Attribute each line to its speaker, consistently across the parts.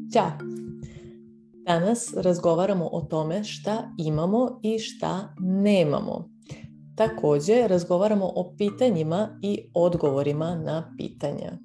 Speaker 1: Ćao! Danas razgovaramo o tome šta imamo i šta nemamo. Također razgovaramo o pitanjima i odgovorima na pitanja.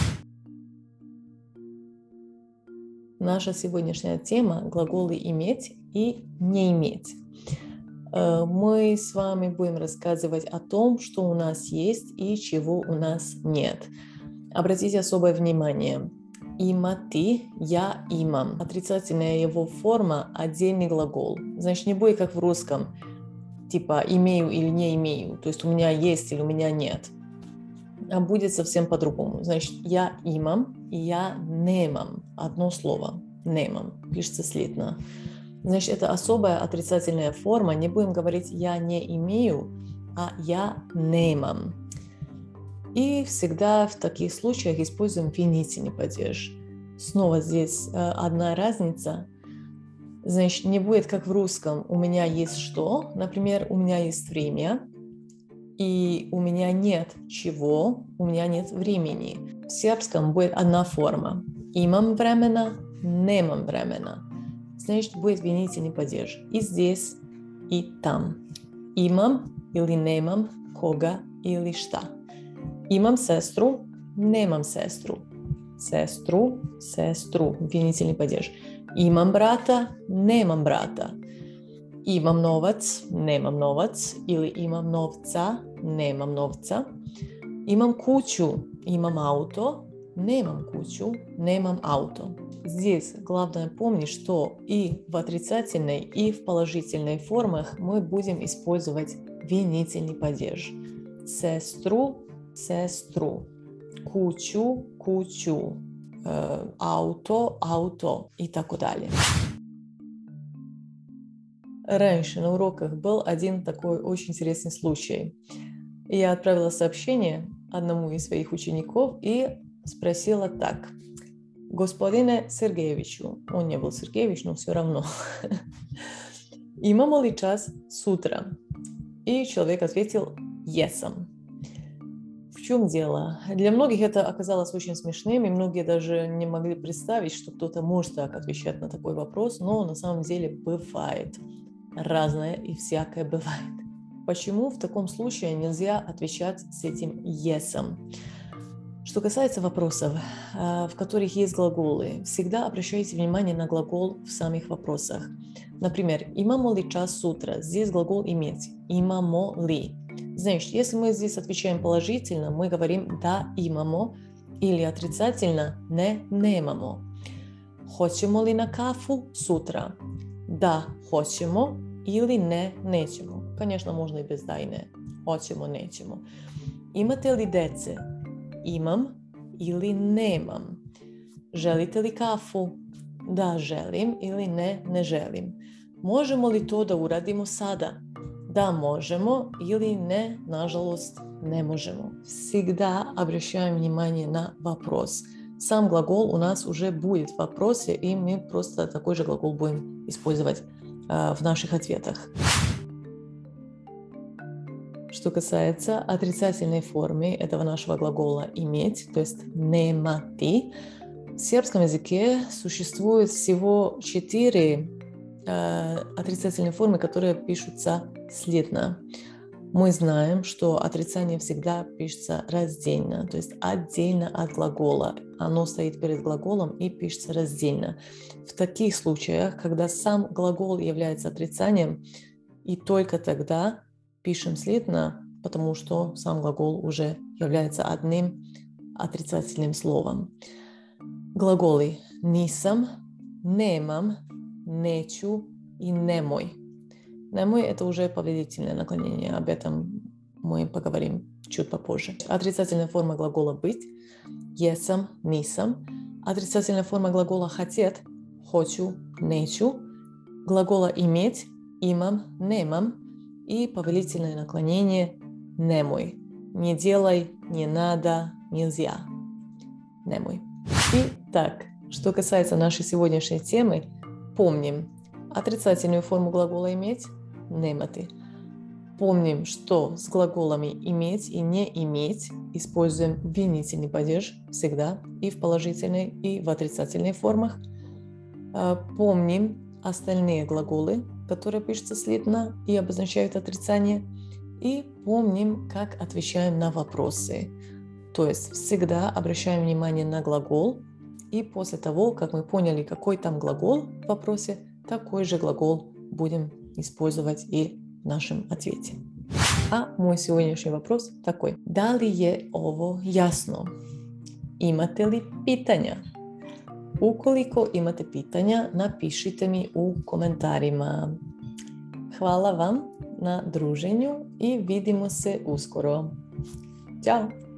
Speaker 1: Наша сегодняшняя тема – глаголы «иметь» и «не иметь». Мы с вами будем рассказывать о том, что у нас есть и чего у нас нет. Обратите особое внимание. Имати, я имам. Отрицательная его форма – отдельный глагол. Значит, не будет как в русском, типа имею или не имею, то есть у меня есть или у меня нет. А будет совсем по-другому. Значит, я имам и я немам. Одно слово. Немам. Пишется слитно. Значит, это особая отрицательная форма. Не будем говорить «я не имею», а «я немам». И всегда в таких случаях используем винительный падеж. Снова здесь одна разница. Значит, не будет как в русском «у меня есть что». Например, «у меня есть время». И «у меня нет чего», «у меня нет времени». В сербском будет одна форма. «Имам времена», «немам времена». Значит, будет винительный падеж и здесь, и там. Имам или немам кога или šta. Имам сестру, немам сестру. Сестру, сестру. Винительный падеж. Имам брата, немам брата. Имам новаc, nemam novac, ili imam novca, nemam novca. Имам kuću, imam auto, nemam kuću, nemam auto. Здесь главное помнить, что и в отрицательной, и в положительной формах мы будем использовать винительный падеж. Сестру, сестру. Kuću, kuću. Auto, auto и так далее. Раньше на уроках был один такой очень интересный случай. Я отправила сообщение одному из своих учеников и спросила так. Господине Сергеевичу, он не был Сергеевич, но все равно, имamo ли час сутра? И человек ответил «Jesam». В чем дело? Для многих это оказалось очень смешным, и многие даже не могли представить, что кто-то может так отвечать на такой вопрос, но на самом деле бывает. Разное и всякое бывает. Почему в таком случае нельзя отвечать с этим «есом»? Что касается вопросов, в которых есть глаголы, всегда обращайте внимание на глагол в самих вопросах. Например, «имамо ли час сутра?» Здесь глагол «иметь». «Имамо ли?» Значит, если мы здесь отвечаем положительно, мы говорим «да, имамо» или отрицательно «не, немамо». «Hoćemo li na kafu sutra?» Да, hoćemo ili ne, nećemo. Конечно, можно и без да и не. Hoćemo, nećemo. Imate li dece? Imam ili nemam. Želite li kafu? Da, želim ili ne, ne želim. Možemo li to da uradimo sada? Да, можемо или не, nažalost, не можемо. Всегда обращаем внимание на вопрос. Сам глагол у нас уже будет в вопросе, и мы просто такой же глагол будем использовать в наших ответах. Что касается отрицательной формы этого нашего глагола «иметь», то есть «немати», в сербском языке существует всего 4 отрицательные формы, которые пишутся слитно. Мы знаем, что отрицание всегда пишется раздельно, то есть отдельно от глагола. Оно стоит перед глаголом и пишется раздельно. В таких случаях, когда сам глагол является отрицанием, и только тогда пишем слитно, потому что сам глагол уже является одним отрицательным словом. Глаголы «nisam», «nemam», «neću» и «nemoj». Немой – это уже повелительное наклонение. Об этом мы поговорим чуть попозже. Отрицательная форма глагола «быть» – «jesam», «nisam». Отрицательная форма глагола «хотеть» – «хочу», «neću». Глагола «иметь» – «имам», «немам». И повелительное наклонение «немой». Не делай, не надо, нельзя. Немой. Итак, что касается нашей сегодняшней темы, помним отрицательную форму глагола «иметь» – «немати». Помним, что с глаголами «иметь» и «не иметь» используем винительный падеж всегда и в положительной, и в отрицательной формах. Помним остальные глаголы, которые пишутся слитно и обозначают отрицание. И помним, как отвечаем на вопросы. То есть всегда обращаем внимание на глагол. И после того, как мы поняли, какой там глагол в вопросе, такой же глагол будем использовать и в нашем ответе. А мой сегодняшний вопрос такой. Да ли je ovo jasno? Imate li pitanja? Ukoliko imate pitanja, napišite mi u komentarima. Hvala vam na druženju i vidimo se uskoro. Ćao!